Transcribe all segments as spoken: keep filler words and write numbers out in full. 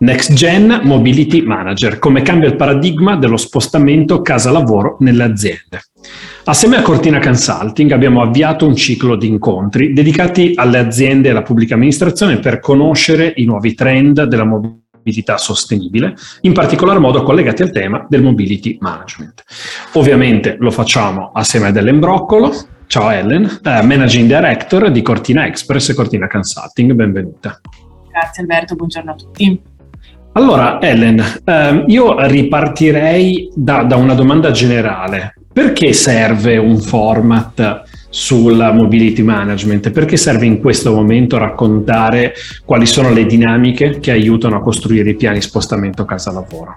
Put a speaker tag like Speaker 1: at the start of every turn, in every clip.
Speaker 1: Next Gen Mobility Manager, come cambia il paradigma dello spostamento casa-lavoro nelle aziende. Assieme a Cortina Consulting abbiamo avviato un ciclo di incontri dedicati alle aziende e alla pubblica amministrazione per conoscere i nuovi trend della mobilità sostenibile, in particolar modo collegati al tema del mobility management. Ovviamente lo facciamo assieme ad Ellen Broccolo. Ciao Ellen, eh, Managing Director di Cortina Express e Cortina Consulting, benvenuta.
Speaker 2: Grazie Alberto, buongiorno a tutti.
Speaker 1: Allora Ellen, eh, io ripartirei da, da una domanda generale. Perché serve un format sul mobility management? Perché serve in questo momento raccontare quali sono le dinamiche che aiutano a costruire i piani spostamento casa-lavoro?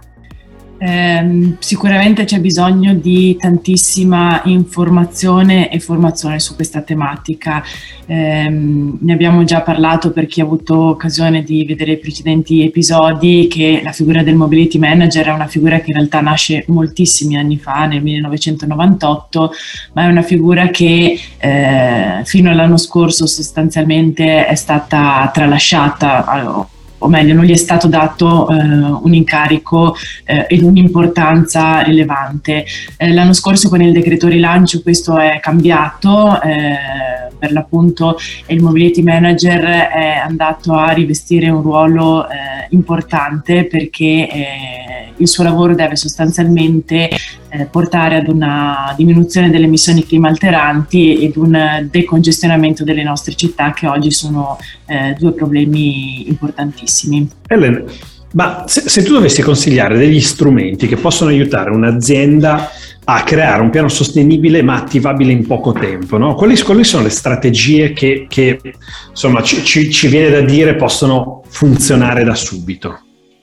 Speaker 2: Eh, sicuramente c'è bisogno di tantissima informazione e formazione su questa tematica. Eh, ne abbiamo già parlato per chi ha avuto occasione di vedere i precedenti episodi, che la figura del mobility manager è una figura che in realtà nasce moltissimi anni fa, nel millenovecentonovantotto, ma è una figura che eh, fino all'anno scorso sostanzialmente è stata tralasciata, o meglio non gli è stato dato eh, un incarico eh, ed un'importanza rilevante. Eh, l'anno scorso con il decreto rilancio questo è cambiato, eh, per l'appunto il mobility manager è andato a rivestire un ruolo eh, importante perché eh, il suo lavoro deve sostanzialmente eh, portare ad una diminuzione delle emissioni climalteranti ed un decongestionamento delle nostre città, che oggi sono eh, due problemi importantissimi.
Speaker 1: Ellen, ma se, se tu dovessi consigliare degli strumenti che possono aiutare un'azienda a creare un piano sostenibile ma attivabile in poco tempo, no? Quali, quali sono le strategie che, che insomma ci, ci, ci viene da dire possono funzionare da subito?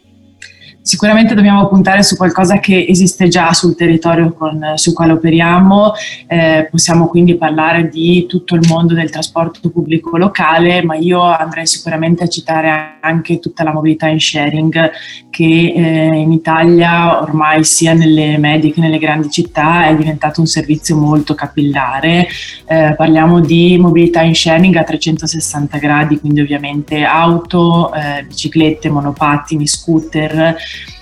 Speaker 2: Sicuramente dobbiamo puntare su qualcosa che esiste già sul territorio con, sul quale operiamo. Eh, possiamo quindi parlare di tutto il mondo del trasporto pubblico locale, ma io andrei sicuramente a citare anche tutta la mobilità in sharing che eh, in Italia ormai sia nelle medie che nelle grandi città è diventato un servizio molto capillare. Eh, parliamo di mobilità in sharing a trecentosessanta gradi, quindi ovviamente auto, eh, biciclette, monopattini, scooter.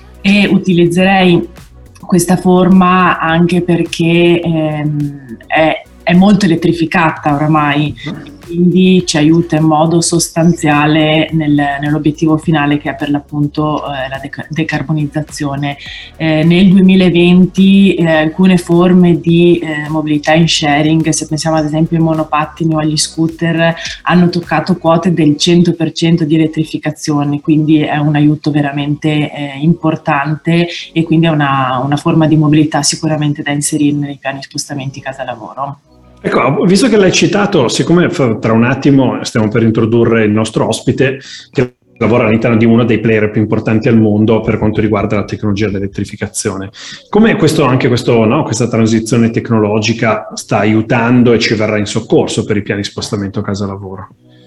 Speaker 2: E utilizzerei questa forma anche perché ehm, è, è molto elettrificata oramai, quindi ci aiuta in modo sostanziale nel, nell'obiettivo finale, che è per l'appunto eh, la deca- decarbonizzazione. Eh, nel duemilaventi eh, alcune forme di eh, mobilità in sharing, se pensiamo ad esempio ai monopattini o agli scooter, hanno toccato quote del cento per cento di elettrificazione, quindi è un aiuto veramente eh, importante e quindi è una, una forma di mobilità sicuramente da inserire nei piani spostamenti casa-lavoro.
Speaker 1: Ecco, visto che l'hai citato, siccome tra un attimo stiamo per introdurre il nostro ospite che lavora all'interno di uno dei player più importanti al mondo per quanto riguarda la tecnologia dell'elettrificazione, come questo, anche questo, no, questa transizione tecnologica sta aiutando e ci verrà in soccorso per i piani spostamento casa-lavoro?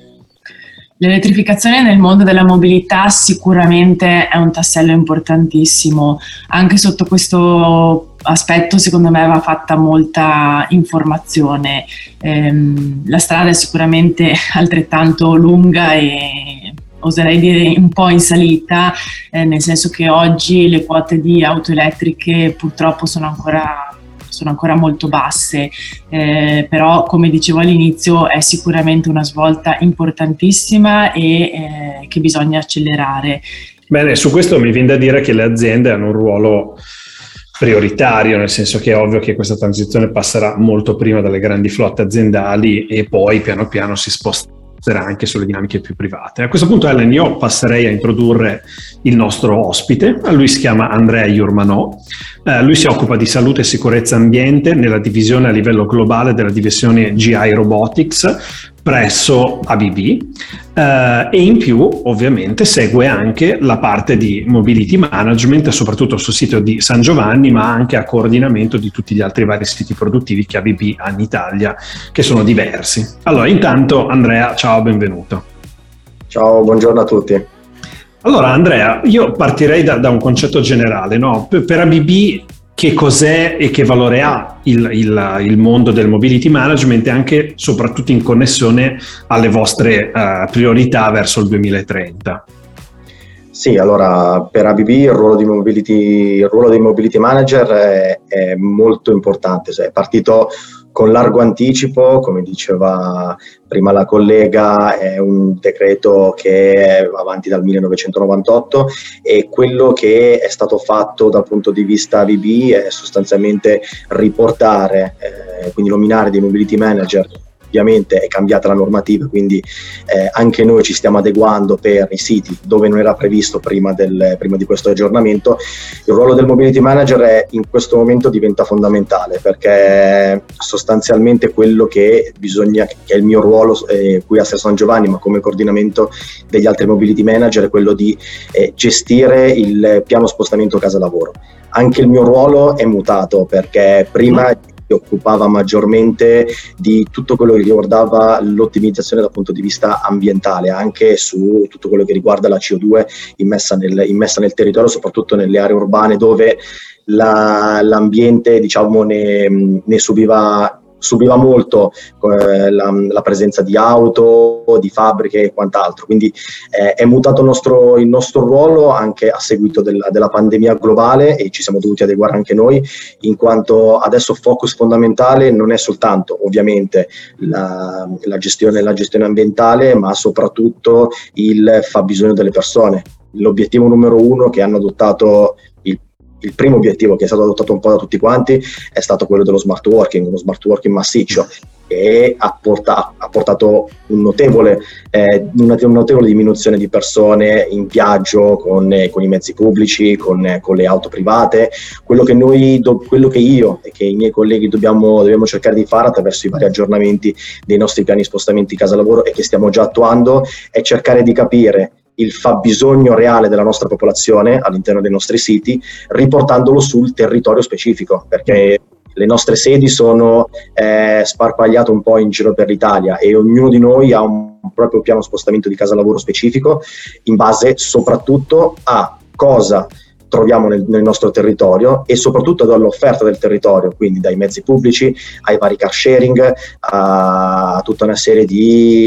Speaker 2: L'elettrificazione nel mondo della mobilità sicuramente è un tassello importantissimo. Anche sotto questo aspetto secondo me va fatta molta informazione. Ehm, la strada è sicuramente altrettanto lunga e oserei dire un po' in salita, eh, nel senso che oggi le quote di auto elettriche purtroppo sono ancora sono ancora molto basse, eh, però come dicevo all'inizio è sicuramente una svolta importantissima e eh, che bisogna accelerare.
Speaker 1: Bene, su questo mi viene da dire che le aziende hanno un ruolo prioritario, nel senso che è ovvio che questa transizione passerà molto prima dalle grandi flotte aziendali e poi piano piano si sposterà anche sulle dinamiche più private. A questo punto, Ellen, io passerei a introdurre il nostro ospite. Lui si chiama Andrea Jurmanò. Eh, lui si occupa di salute e sicurezza ambiente nella divisione a livello globale della divisione G I Robotics presso A B B eh, e in più ovviamente segue anche la parte di mobility management, soprattutto sul sito di San Giovanni, ma anche a coordinamento di tutti gli altri vari siti produttivi che A B B ha in Italia, che sono diversi. Allora, intanto Andrea, ciao, benvenuto.
Speaker 3: Ciao, buongiorno a tutti.
Speaker 1: Allora Andrea, io partirei da, da un concetto generale, no? Per, per A B B che cos'è e che valore ha il, il, il mondo del mobility management e anche soprattutto in connessione alle vostre uh, priorità verso il duemilatrenta?
Speaker 3: Sì, allora per A B B il ruolo di mobility, il ruolo dei mobility manager è, è molto importante, cioè, è partito con largo anticipo, come diceva prima la collega, è un decreto che è avanti dal millenovecentonovantotto e quello che è stato fatto dal punto di vista A B B è sostanzialmente riportare, eh, quindi nominare dei mobility manager. Ovviamente è cambiata la normativa, quindi eh, anche noi ci stiamo adeguando per i siti dove non era previsto prima, del, prima di questo aggiornamento. Il ruolo del mobility manager è, in questo momento diventa fondamentale, perché sostanzialmente quello che bisogna, che è il mio ruolo eh, qui a San Giovanni, ma come coordinamento degli altri mobility manager, è quello di eh, gestire il piano spostamento casa-lavoro. Anche il mio ruolo è mutato, perché prima si occupava maggiormente di tutto quello che riguardava l'ottimizzazione dal punto di vista ambientale, anche su tutto quello che riguarda la C O due immessa nel, immessa nel territorio, soprattutto nelle aree urbane dove la, l'ambiente, diciamo, ne, ne subiva subiva molto eh, la, la presenza di auto, di fabbriche e quant'altro. Quindi eh, è mutato il nostro, il nostro ruolo anche a seguito della, della pandemia globale, e ci siamo dovuti adeguare anche noi, in quanto adesso focus fondamentale non è soltanto ovviamente la, la, gestione, la gestione ambientale, ma soprattutto il fabbisogno delle persone. L'obiettivo numero uno che hanno adottato il Il primo obiettivo che è stato adottato un po' da tutti quanti è stato quello dello smart working, uno smart working massiccio, che ha, porta, ha portato un notevole, eh, una, una notevole diminuzione di persone in viaggio con, eh, con i mezzi pubblici, con, eh, con le auto private. Quello che noi, do, quello che io e che i miei colleghi dobbiamo, dobbiamo cercare di fare attraverso i vari aggiornamenti dei nostri piani spostamenti casa-lavoro, e che stiamo già attuando, è cercare di capire il fabbisogno reale della nostra popolazione all'interno dei nostri siti, riportandolo sul territorio specifico, perché le nostre sedi sono eh, sparpagliate un po' in giro per l'Italia, e ognuno di noi ha un proprio piano spostamento di casa lavoro specifico, in base soprattutto a cosa troviamo nel, nel nostro territorio, e soprattutto dall'offerta del territorio, quindi dai mezzi pubblici ai vari car sharing, a tutta una serie di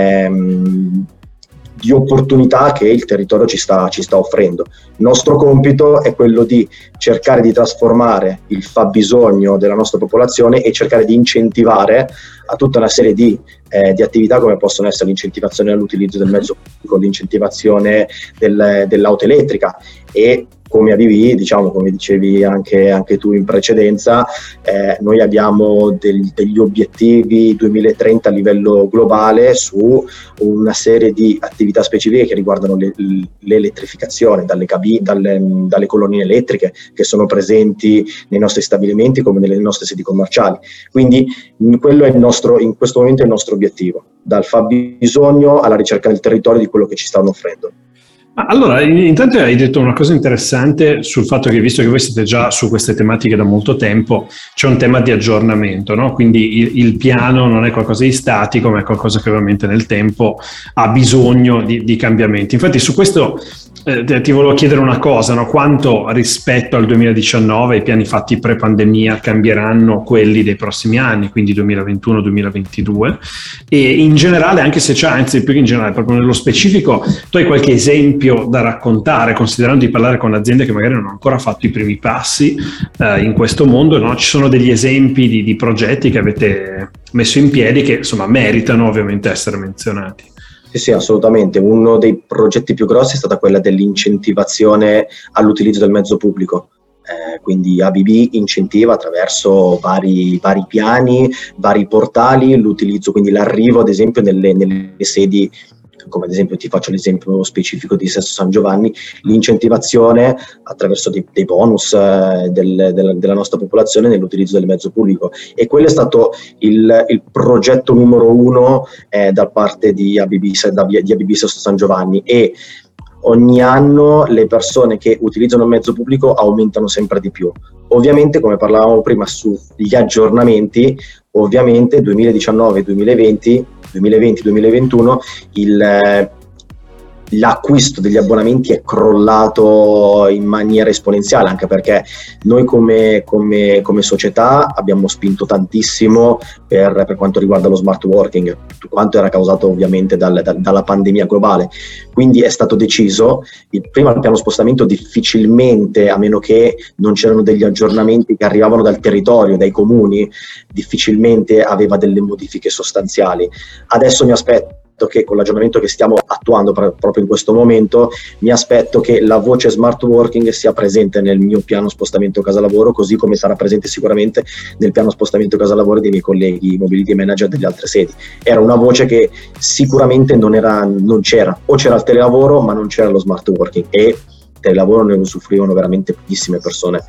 Speaker 3: ehm, di opportunità che il territorio ci sta, ci sta offrendo. Il nostro compito è quello di cercare di trasformare il fabbisogno della nostra popolazione e cercare di incentivare a tutta una serie di, eh, di attività, come possono essere l'incentivazione all'utilizzo del mezzo pubblico, l'incentivazione del, dell'auto elettrica, e come A B B, diciamo, come dicevi anche, anche tu in precedenza, eh, noi abbiamo del, degli obiettivi duemilatrenta a livello globale su una serie di attività specifiche che riguardano le, l'elettrificazione, dalle, cabi, dalle, dalle colonnine elettriche che sono presenti nei nostri stabilimenti come nelle nostre sedi commerciali. Quindi quello è il nostro, in questo momento è il nostro obiettivo, dal fabbisogno alla ricerca del territorio di quello che ci stanno offrendo.
Speaker 1: Allora, intanto hai detto una cosa interessante sul fatto che, visto che voi siete già su queste tematiche da molto tempo, c'è un tema di aggiornamento, no? Quindi il, il piano non è qualcosa di statico, ma è qualcosa che ovviamente nel tempo ha bisogno di, di cambiamenti. Infatti su questo eh, ti volevo chiedere una cosa, no? Quanto rispetto al duemiladiciannove i piani fatti pre-pandemia cambieranno quelli dei prossimi anni, quindi duemilaventuno duemilaventidue, e in generale, anche se c'è, anzi più che in generale, proprio nello specifico, tu hai qualche esempio da raccontare, considerando di parlare con aziende che magari non hanno ancora fatto i primi passi eh, in questo mondo, no? Ci sono degli esempi di, di progetti che avete messo in piedi che insomma meritano ovviamente essere menzionati.
Speaker 3: Sì, sì, assolutamente. Uno dei progetti più grossi è stata quella dell'incentivazione all'utilizzo del mezzo pubblico. Eh, quindi A B B incentiva attraverso vari, vari piani, vari portali l'utilizzo, quindi l'arrivo ad esempio nelle, nelle sedi, come ad esempio ti faccio l'esempio specifico di Sesto San Giovanni, l'incentivazione attraverso dei, dei bonus eh, del, del, della nostra popolazione nell'utilizzo del mezzo pubblico, e quello è stato il, il progetto numero uno eh, da parte di A B B, da, di A B B Sesto San Giovanni, e ogni anno le persone che utilizzano il mezzo pubblico aumentano sempre di più. Ovviamente, come parlavamo prima sugli aggiornamenti, ovviamente duemiladiciannove duemilaventi duemilaventi duemilaventuno il, l'acquisto degli abbonamenti è crollato in maniera esponenziale, anche perché noi come, come, come società abbiamo spinto tantissimo per, per quanto riguarda lo smart working, tutto quanto era causato ovviamente dal, da, dalla pandemia globale. Quindi è stato deciso, il, prima il piano spostamento difficilmente, a meno che non c'erano degli aggiornamenti che arrivavano dal territorio, dai comuni, difficilmente aveva delle modifiche sostanziali. Adesso mi aspetto che con l'aggiornamento che stiamo attuando pr- proprio in questo momento, mi aspetto che la voce smart working sia presente nel mio piano spostamento casa lavoro, così come sarà presente sicuramente nel piano spostamento casa lavoro dei miei colleghi mobility manager delle altre sedi. Era una voce che sicuramente non, era, non c'era, o c'era il telelavoro ma non c'era lo smart working, e il telelavoro ne usufruivano veramente pochissime persone.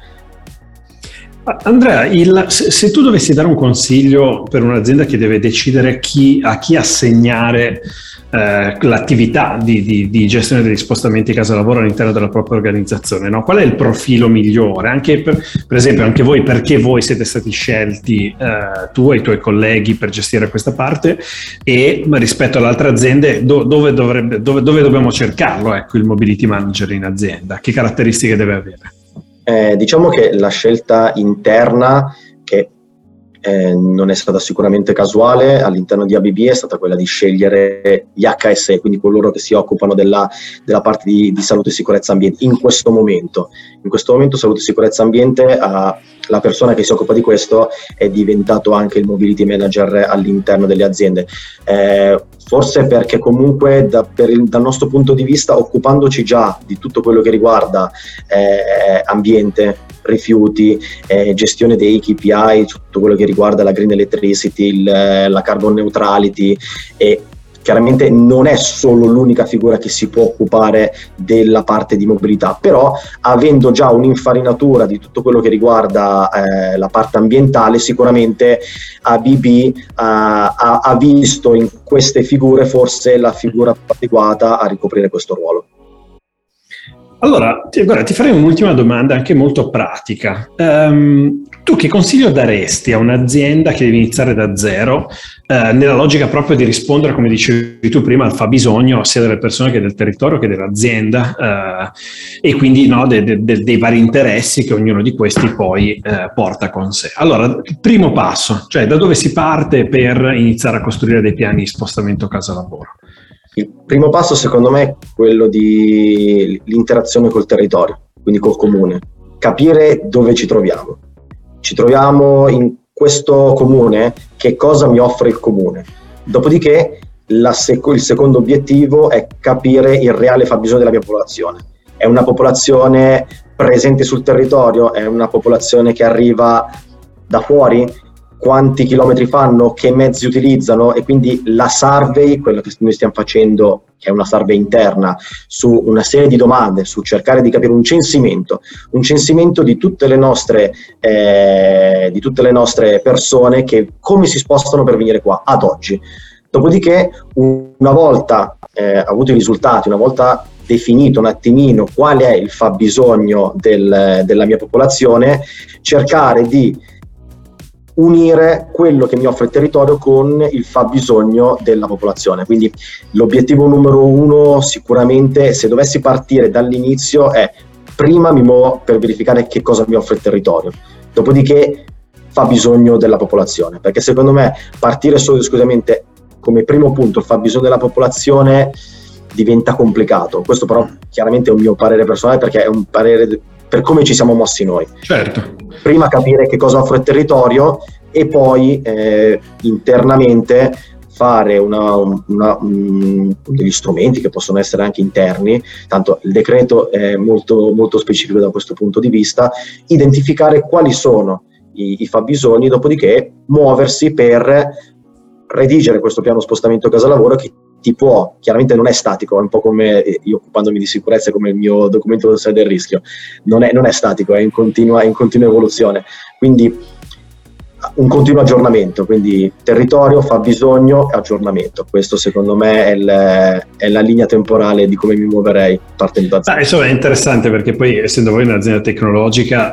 Speaker 1: Andrea, il, se, se tu dovessi dare un consiglio per un'azienda che deve decidere chi, a chi assegnare eh, l'attività di, di, di gestione degli spostamenti casa lavoro all'interno della propria organizzazione, no? Qual è il profilo migliore? Anche per, per esempio, anche voi, perché voi siete stati scelti, eh, tu e i tuoi colleghi, per gestire questa parte, e rispetto alle altre aziende do, dove, dovrebbe, dove, dove dobbiamo cercarlo, ecco, il mobility manager in azienda? Che caratteristiche deve avere?
Speaker 3: Eh, diciamo che la scelta interna, che eh, non è stata sicuramente casuale, all'interno di A B B è stata quella di scegliere gli H S E, quindi coloro che si occupano della, della parte di, di salute e sicurezza ambiente in questo momento. In questo momento salute e sicurezza ambiente, eh, la persona che si occupa di questo è diventato anche il mobility manager all'interno delle aziende. Eh, forse perché comunque da, per il, dal nostro punto di vista, occupandoci già di tutto quello che riguarda eh, ambiente, rifiuti, eh, gestione dei K P I, tutto quello che riguarda la green electricity, il, la carbon neutrality, e chiaramente non è solo l'unica figura che si può occupare della parte di mobilità, però avendo già un'infarinatura di tutto quello che riguarda eh, la parte ambientale, sicuramente A B B uh, ha, ha visto in queste figure forse la figura più adeguata a ricoprire questo ruolo.
Speaker 1: Allora, ti, guarda, ti farei un'ultima domanda anche molto pratica. Um, tu che consiglio daresti a un'azienda che deve iniziare da zero, eh, nella logica proprio di rispondere, come dicevi tu prima, al fabbisogno sia delle persone che del territorio che dell'azienda, eh, e quindi no, de, de, de, dei vari interessi che ognuno di questi poi eh, porta con sé. Allora, il primo passo, cioè da dove si parte per iniziare a costruire dei piani di spostamento casa-lavoro?
Speaker 3: Il primo passo secondo me è quello di l'interazione col territorio, quindi col comune, capire dove ci troviamo. Ci troviamo in questo comune, che cosa mi offre il comune? Dopodiché la sec- il secondo obiettivo è capire il reale fabbisogno della mia popolazione. È una popolazione presente sul territorio? È una popolazione che arriva da fuori? Quanti chilometri fanno, che mezzi utilizzano, e quindi la survey, quello che noi stiamo facendo, che è una survey interna, su una serie di domande, su cercare di capire un censimento, un censimento di tutte le nostre, eh, di tutte le nostre persone che come si spostano per venire qua ad oggi. Dopodiché, una volta eh, avuto i risultati, una volta definito un attimino qual è il fabbisogno del, della mia popolazione, cercare di unire quello che mi offre il territorio con il fabbisogno della popolazione. Quindi l'obiettivo numero uno sicuramente, se dovessi partire dall'inizio, è prima mi muovo per verificare che cosa mi offre il territorio, dopodiché fabbisogno della popolazione, perché secondo me partire solo esclusivamente come primo punto il fabbisogno della popolazione diventa complicato. Questo però chiaramente è un mio parere personale, perché è un parere per come ci siamo mossi noi.
Speaker 1: Certo.
Speaker 3: Prima capire che cosa offre il territorio e poi eh, internamente fare una, una, un, degli strumenti che possono essere anche interni, tanto il decreto è molto, molto specifico da questo punto di vista, identificare quali sono i, i fabbisogni, dopodiché muoversi per redigere questo piano spostamento casa-lavoro che ti può, chiaramente non è statico, è un po' come io occupandomi di sicurezza, come il mio documento del rischio, non è, non è statico, è in continua, in continua evoluzione, quindi un continuo aggiornamento, quindi territorio, fabbisogno e aggiornamento. Questo secondo me è, il, è la linea temporale di come mi muoverei partendo da zero.
Speaker 1: Ah, insomma è interessante, perché poi essendo voi un'azienda tecnologica,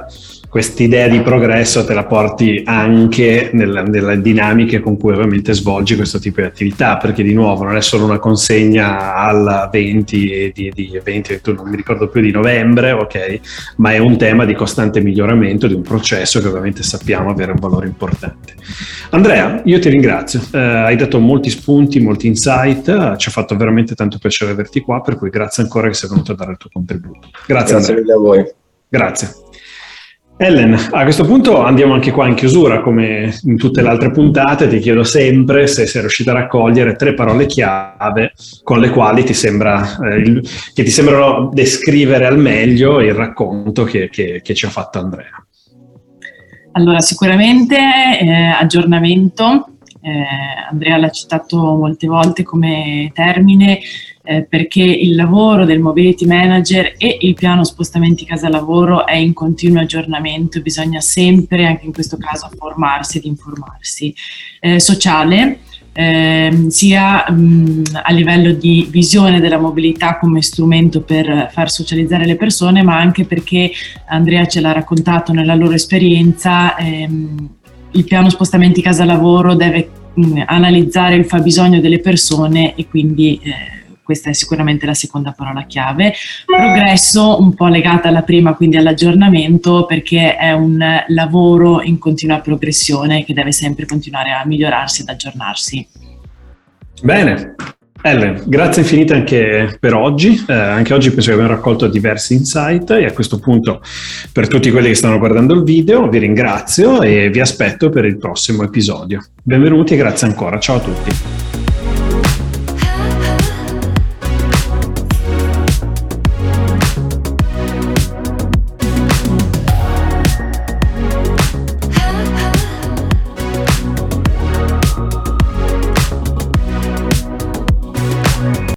Speaker 1: quest'idea di progresso te la porti anche nella, nelle dinamiche con cui ovviamente svolgi questo tipo di attività, perché di nuovo non è solo una consegna al venti di, di venti, ventuno, non mi ricordo più, di novembre, ok, ma è un tema di costante miglioramento di un processo che ovviamente sappiamo avere un valore importante. Andrea, io ti ringrazio, eh, hai dato molti spunti, molti insight, eh, ci ha fatto veramente tanto piacere averti qua, per cui grazie ancora che sei venuto a dare il tuo contributo. Grazie,
Speaker 3: grazie
Speaker 1: Andrea.
Speaker 3: mille a voi.
Speaker 1: Grazie. Ellen, a questo punto andiamo anche qua in chiusura, come in tutte le altre puntate. Ti chiedo sempre se sei riuscita a raccogliere tre parole chiave con le quali ti sembra eh, il, che ti sembrano descrivere al meglio il racconto che, che, che ci ha fatto Andrea.
Speaker 2: Allora, sicuramente eh, aggiornamento. Eh, Andrea l'ha citato molte volte come termine, eh, perché il lavoro del mobility manager e il piano spostamenti casa lavoro è in continuo aggiornamento, bisogna sempre, anche in questo caso, formarsi ed informarsi. Eh, sociale, eh, sia mh, a livello di visione della mobilità come strumento per far socializzare le persone, ma anche perché Andrea ce l'ha raccontato nella loro esperienza. Ehm, Il piano spostamenti casa lavoro deve mh, analizzare il fabbisogno delle persone e quindi eh, questa è sicuramente la seconda parola chiave. Progresso, un po' legata alla prima, quindi all'aggiornamento, perché è un lavoro in continua progressione che deve sempre continuare a migliorarsi ed aggiornarsi.
Speaker 1: Bene. Ellen, grazie infinite anche per oggi, eh, anche oggi penso che abbiamo raccolto diversi insight e a questo punto, per tutti quelli che stanno guardando il video, vi ringrazio e vi aspetto per il prossimo episodio. Benvenuti e grazie ancora, ciao a tutti.